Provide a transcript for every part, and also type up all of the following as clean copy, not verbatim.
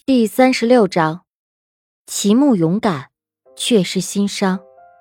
第36章，齐木勇敢，却是心伤。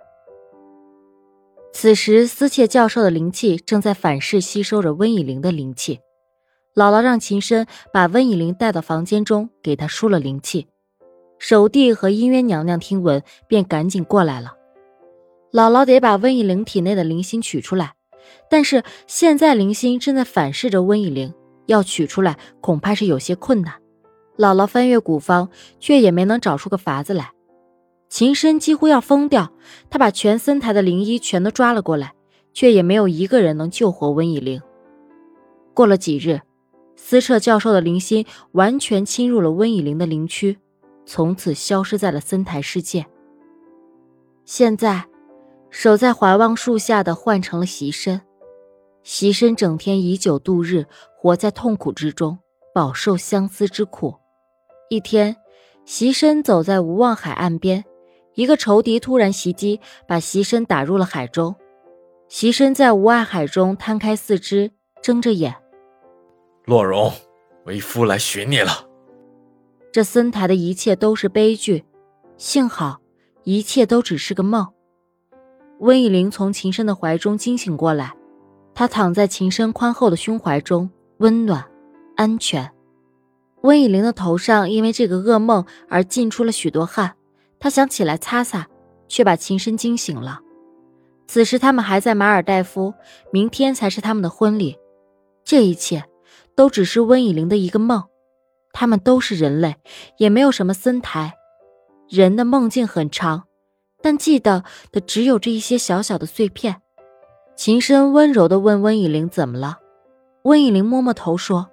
此时司切教授的灵气正在反噬吸收着温以灵的灵气。姥姥让秦深把温以灵带到房间中，给他输了灵气。守地和音渊娘娘听闻，便赶紧过来了。姥姥得把温以灵体内的灵心取出来，但是现在灵心正在反噬着温以灵，要取出来恐怕是有些困难。姥姥翻阅古方，却也没能找出个法子来。秦深几乎要疯掉，他把全森台的灵医全都抓了过来，却也没有一个人能救活温以灵。过了几日，司彻教授的灵心完全侵入了温以灵的灵躯，从此消失在了森台世界。现在守在怀望树下的换成了席深。席深整天以酒度日，活在痛苦之中，饱受相思之苦。一天，席深走在无望海岸边，一个仇敌突然袭击，把席深打入了海中。席深在无碍海中摊开四肢，睁着眼。 洛荣，为夫来寻你了。 这森台的一切都是悲剧，幸好一切都只是个梦。温以灵从秦深的怀中惊醒过来，他躺在秦深宽厚的胸怀中，温暖安全。温以灵的头上因为这个噩梦而浸出了许多汗，他想起来擦擦，却把秦深惊醒了。此时他们还在马尔代夫，明天才是他们的婚礼。这一切都只是温以灵的一个梦，他们都是人类，也没有什么森台。人的梦境很长，但记得的只有这一些小小的碎片。秦深温柔地问温以灵怎么了。温以灵摸摸头说，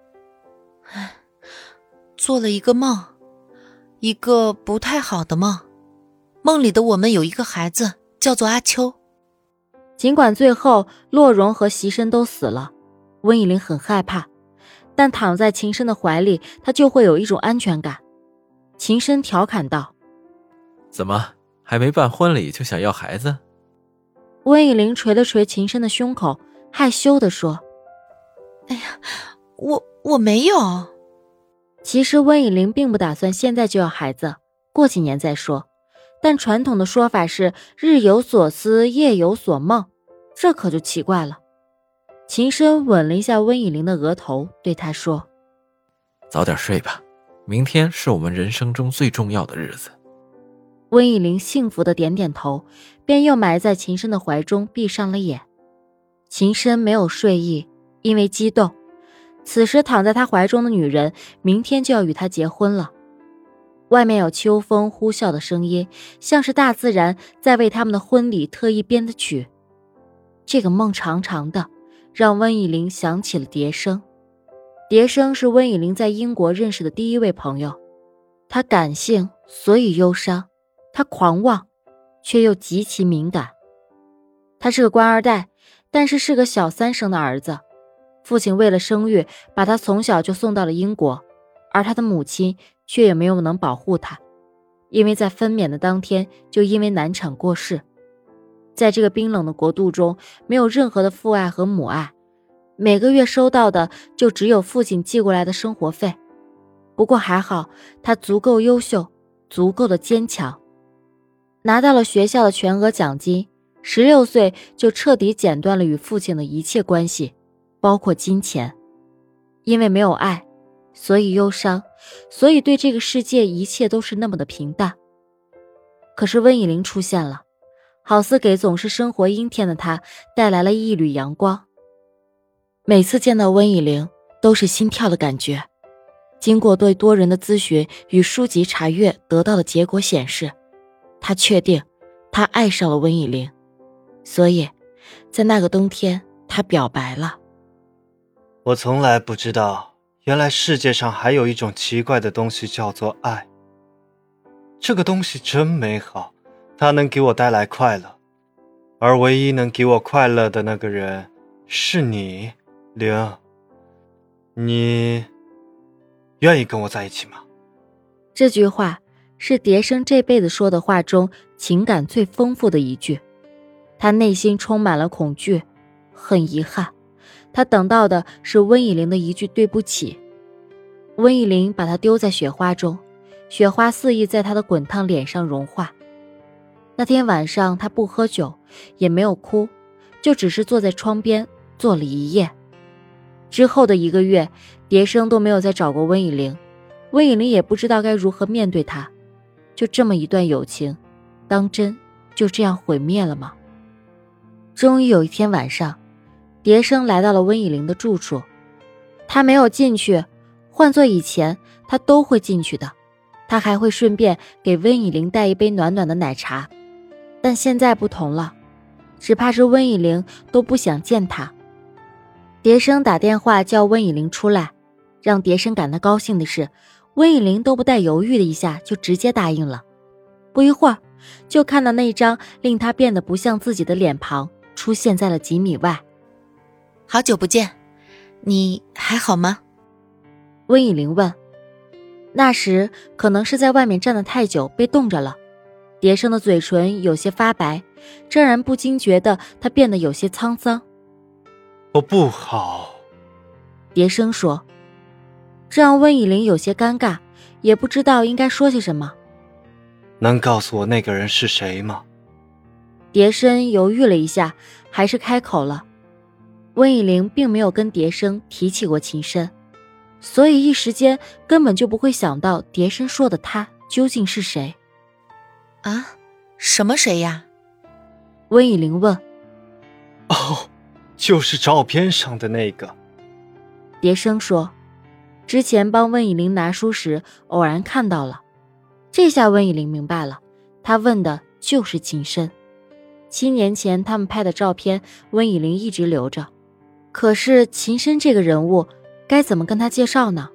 做了一个梦，一个不太好的梦。梦里的我们有一个孩子，叫做阿秋。 尽管最后洛荣和席深都死了，温以灵很害怕，但躺在秦深的怀里，他就会有一种安全感。秦深调侃道， 怎么还没办婚礼就想要孩子？ 温以灵捶了捶秦深的胸口，害羞地说， 哎呀，我没有。 其实温以灵并不打算现在就要孩子，过几年再说。但传统的说法是日有所思，夜有所梦，这可就奇怪了。秦深吻了一下温以灵的额头，对他说， 早点睡吧，明天是我们人生中最重要的日子。 温以灵幸福地点点头，便又埋在秦深的怀中，闭上了眼。秦深没有睡意，因为激动。此时躺在他怀中的女人，明天就要与他结婚了。外面有秋风呼啸的声音，像是大自然在为他们的婚礼特意编的曲。这个梦长长的，让温以灵想起了蝶生。蝶生是温以灵在英国认识的第一位朋友。他感性，所以忧伤；他狂妄，却又极其敏感。他是个官二代，但是个小三生的儿子。父亲为了生育，把他从小就送到了英国，而他的母亲却也没有能保护他，因为在分娩的当天就因为难产过世。在这个冰冷的国度中，没有任何的父爱和母爱，每个月收到的就只有父亲寄过来的生活费。不过还好，他足够优秀，足够的坚强，拿到了学校的全额奖金，16岁就彻底剪断了与父亲的一切关系，包括金钱。因为没有爱，所以忧伤，所以对这个世界一切都是那么的平淡。可是温以灵出现了，好似给总是生活阴天的他带来了一缕阳光。每次见到温以灵，都是心跳的感觉。经过对多人的咨询与书籍查阅得到的结果显示，他确定他爱上了温以灵，所以在那个冬天他表白了。 我从来不知道，原来世界上还有一种奇怪的东西叫做爱。这个东西真美好，它能给我带来快乐，而唯一能给我快乐的那个人是你，灵。你愿意跟我在一起吗？ 这句话是蝶生这辈子说的话中情感最丰富的一句。他内心充满了恐惧，很遗憾，他等到的是温以灵的一句对不起。温以灵把他丢在雪花中， 雪花肆意在他的滚烫脸上融化。那天晚上他不喝酒，也没有哭，就只是坐在窗边坐了一夜。之后的1个月，蝶生都没有再找过温以玲，温以玲也不知道该如何面对他。就这么一段友情，当真就这样毁灭了吗？终于有一天晚上，蝶生来到了温以玲的住处。他没有进去，换做以前他都会进去的，他还会顺便给温以玲带一杯暖暖的奶茶。但现在不同了，只怕是温以玲都不想见他。蝶生打电话叫温以玲出来，让蝶生感到高兴的是，温以玲都不带犹豫的一下就直接答应了。不一会儿，就看到那张令他变得不像自己的脸庞出现在了几米外。 好久不见，你还好吗？ 温以玲问。那时可能是在外面站得太久被冻着了，蝶生的嘴唇有些发白，这让人不禁觉得他变得有些沧桑。 我不好， 蝶生说。这让温以玲有些尴尬，也不知道应该说些什么。 能告诉我那个人是谁吗？ 蝶生犹豫了一下，还是开口了。温以玲并没有跟蝶生提起过秦深，所以一时间根本就不会想到蝶生说的他究竟是谁。 啊？什么谁呀？ 温以玲问。 哦，就是照片上的那个。 蝶生说，之前帮温以玲拿书时偶然看到了。这下温以玲明白了，他问的就是秦深。7年前他们拍的照片，温以玲一直留着。可是秦深这个人物该怎么跟他介绍呢？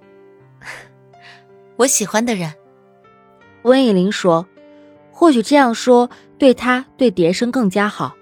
我喜欢的人。 温以玲说，或许这样说对他对蝶生更加好。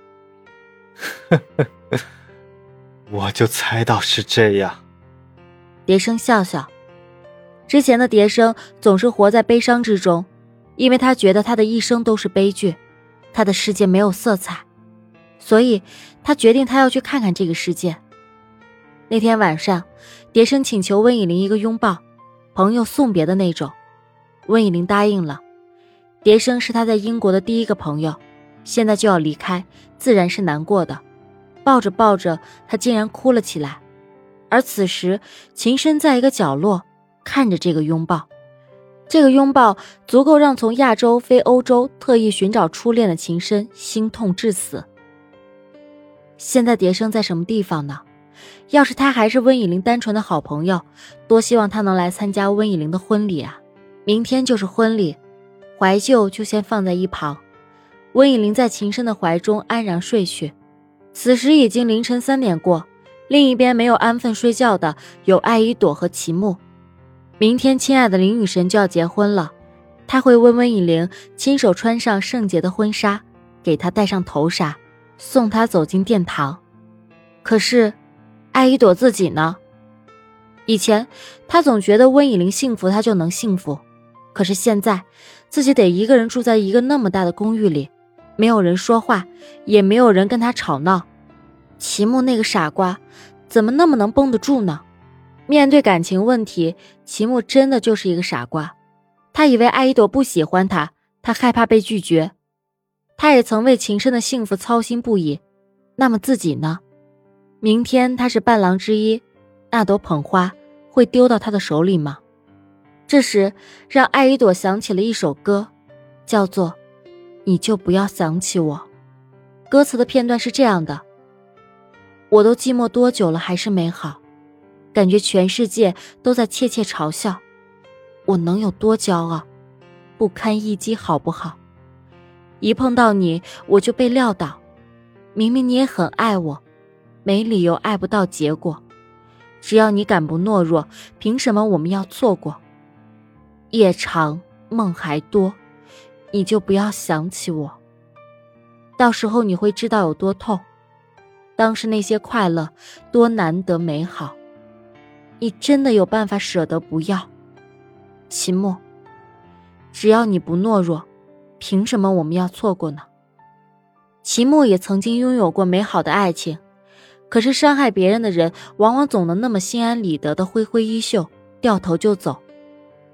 我就猜到是这样。 蝶生笑笑。之前的蝶生总是活在悲伤之中，因为他觉得他的一生都是悲剧，他的世界没有色彩，所以他决定他要去看看这个世界。那天晚上，蝶生请求温以玲一个拥抱，朋友送别的那种。温以玲答应了。蝶生是他在英国的第一个朋友，现在就要离开，自然是难过的。抱着抱着，他竟然哭了起来。而此时，秦深在一个角落看着这个拥抱。这个拥抱足够让从亚洲飞欧洲特意寻找初恋的秦深心痛致死。现在蝶生在什么地方呢？要是他还是温以玲单纯的好朋友，多希望他能来参加温以玲的婚礼啊！明天就是婚礼，怀旧就先放在一旁。温以玲在秦深的怀中安然睡去。此时已经凌晨3点过，另一边没有安分睡觉的有艾依朵和齐木。明天亲爱的林雨神就要结婚了，他会为温以玲亲手穿上圣洁的婚纱，给她戴上头纱，送她走进殿堂。可是艾依朵自己呢？以前他总觉得温以玲幸福他就能幸福，可是现在自己得一个人住在一个那么大的公寓里，没有人说话，也没有人跟他吵闹。齐木那个傻瓜怎么那么能绷得住呢？面对感情问题，齐木真的就是一个傻瓜。他以为艾依朵不喜欢他，他害怕被拒绝。他也曾为秦深的幸福操心不已，那么自己呢？明天他是伴郎之一，那朵捧花会丢到他的手里吗？这时让艾依朵想起了一首歌，叫做《你就不要想起我》。歌词的片段是这样的：我都寂寞多久了还是没好，感觉全世界都在窃窃嘲笑，我能有多骄傲，不堪一击好不好？一碰到你我就被撂倒，明明你也很爱我，没理由爱不到结果，只要你敢不懦弱，凭什么我们要错过？夜长梦还多，你就不要想起我，到时候你会知道有多痛，当时那些快乐多难得美好，你真的有办法舍得不要？秦墨，只要你不懦弱，凭什么我们要错过呢？秦墨也曾经拥有过美好的爱情，可是伤害别人的人往往总能那么心安理得的挥挥衣袖，掉头就走。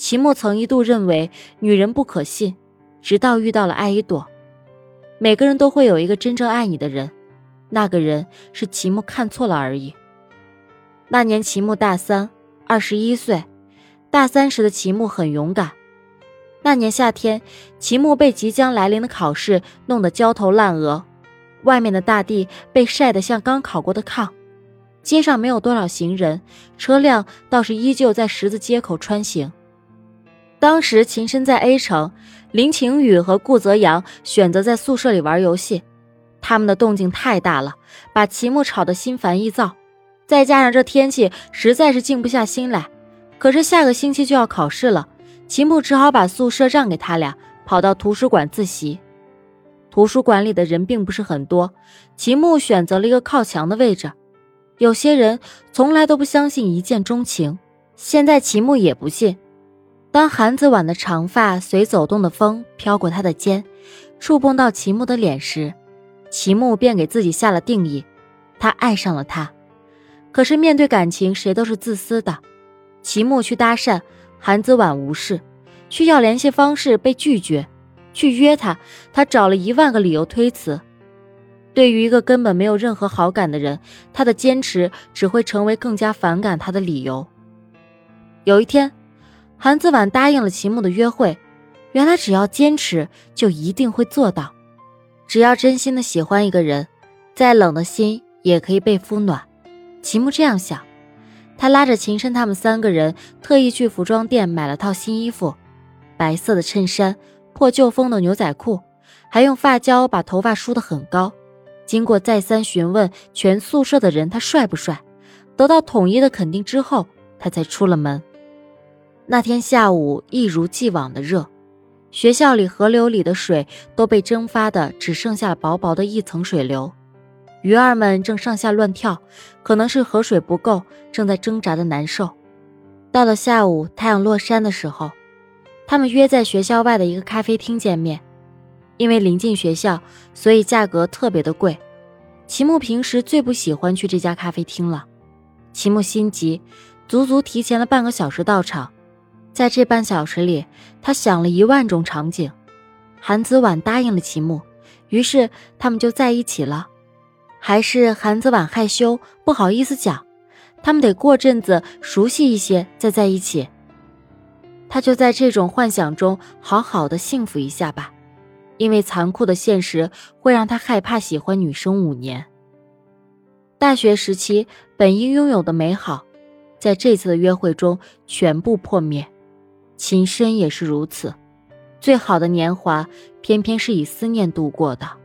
齐木曾一度认为女人不可信，直到遇到了艾依朵。每个人都会有一个真正爱你的人，那个人是齐木看错了而已。那年齐木大3 21岁，大3时的齐木很勇敢。那年夏天，齐木被即将来临的考试弄得焦头烂额，外面的大地被晒得像刚烤过的炕，街上没有多少行人，车辆倒是依旧在十字街口穿行。当时秦深在 A 城，林晴雨和顾泽阳选择在宿舍里玩游戏，他们的动静太大了，把齐木吵得心烦意躁，再加上这天气实在是静不下心来。可是下个星期就要考试了，齐木只好把宿舍让给他俩，跑到图书馆自习。图书馆里的人并不是很多，齐木选择了一个靠墙的位置。有些人从来都不相信一见钟情，现在齐木也不信。当韩子婉的长发随走动的风飘过他的肩，触碰到齐木的脸时，齐木便给自己下了定义，他爱上了他。可是面对感情，谁都是自私的。齐木去搭讪，韩子婉无视；去要联系方式被拒绝；去约他，他找了1万个理由推辞。对于一个根本没有任何好感的人，他的坚持只会成为更加反感他的理由。有一天，韩子婉答应了齐木的约会，原来只要坚持就一定会做到。只要真心的喜欢一个人，再冷的心也可以被敷暖。齐木这样想，他拉着秦深他们3个人特意去服装店买了套新衣服，白色的衬衫，破旧风的牛仔裤，还用发胶把头发梳得很高。经过再三询问全宿舍的人他帅不帅，得到统一的肯定之后，他才出了门。那天下午一如既往的热，学校里河流里的水都被蒸发的只剩下了薄薄的一层水流，鱼儿们正上下乱跳，可能是河水不够，正在挣扎的难受。到了下午太阳落山的时候，他们约在学校外的一个咖啡厅见面。因为临近学校，所以价格特别的贵。齐木平时最不喜欢去这家咖啡厅了。齐木心急，足足提前了半个小时到场。在这半小时里，他想了1万种场景。韩子婉答应了齐木，于是他们就在一起了。还是韩子婉害羞，不好意思讲，他们得过阵子熟悉一些再在一起。他就在这种幻想中好好的幸福一下吧，因为残酷的现实会让他害怕喜欢女生5年。大学时期本应拥有的美好，在这次的约会中全部破灭。秦深也是如此，最好的年华偏偏是以思念度过的。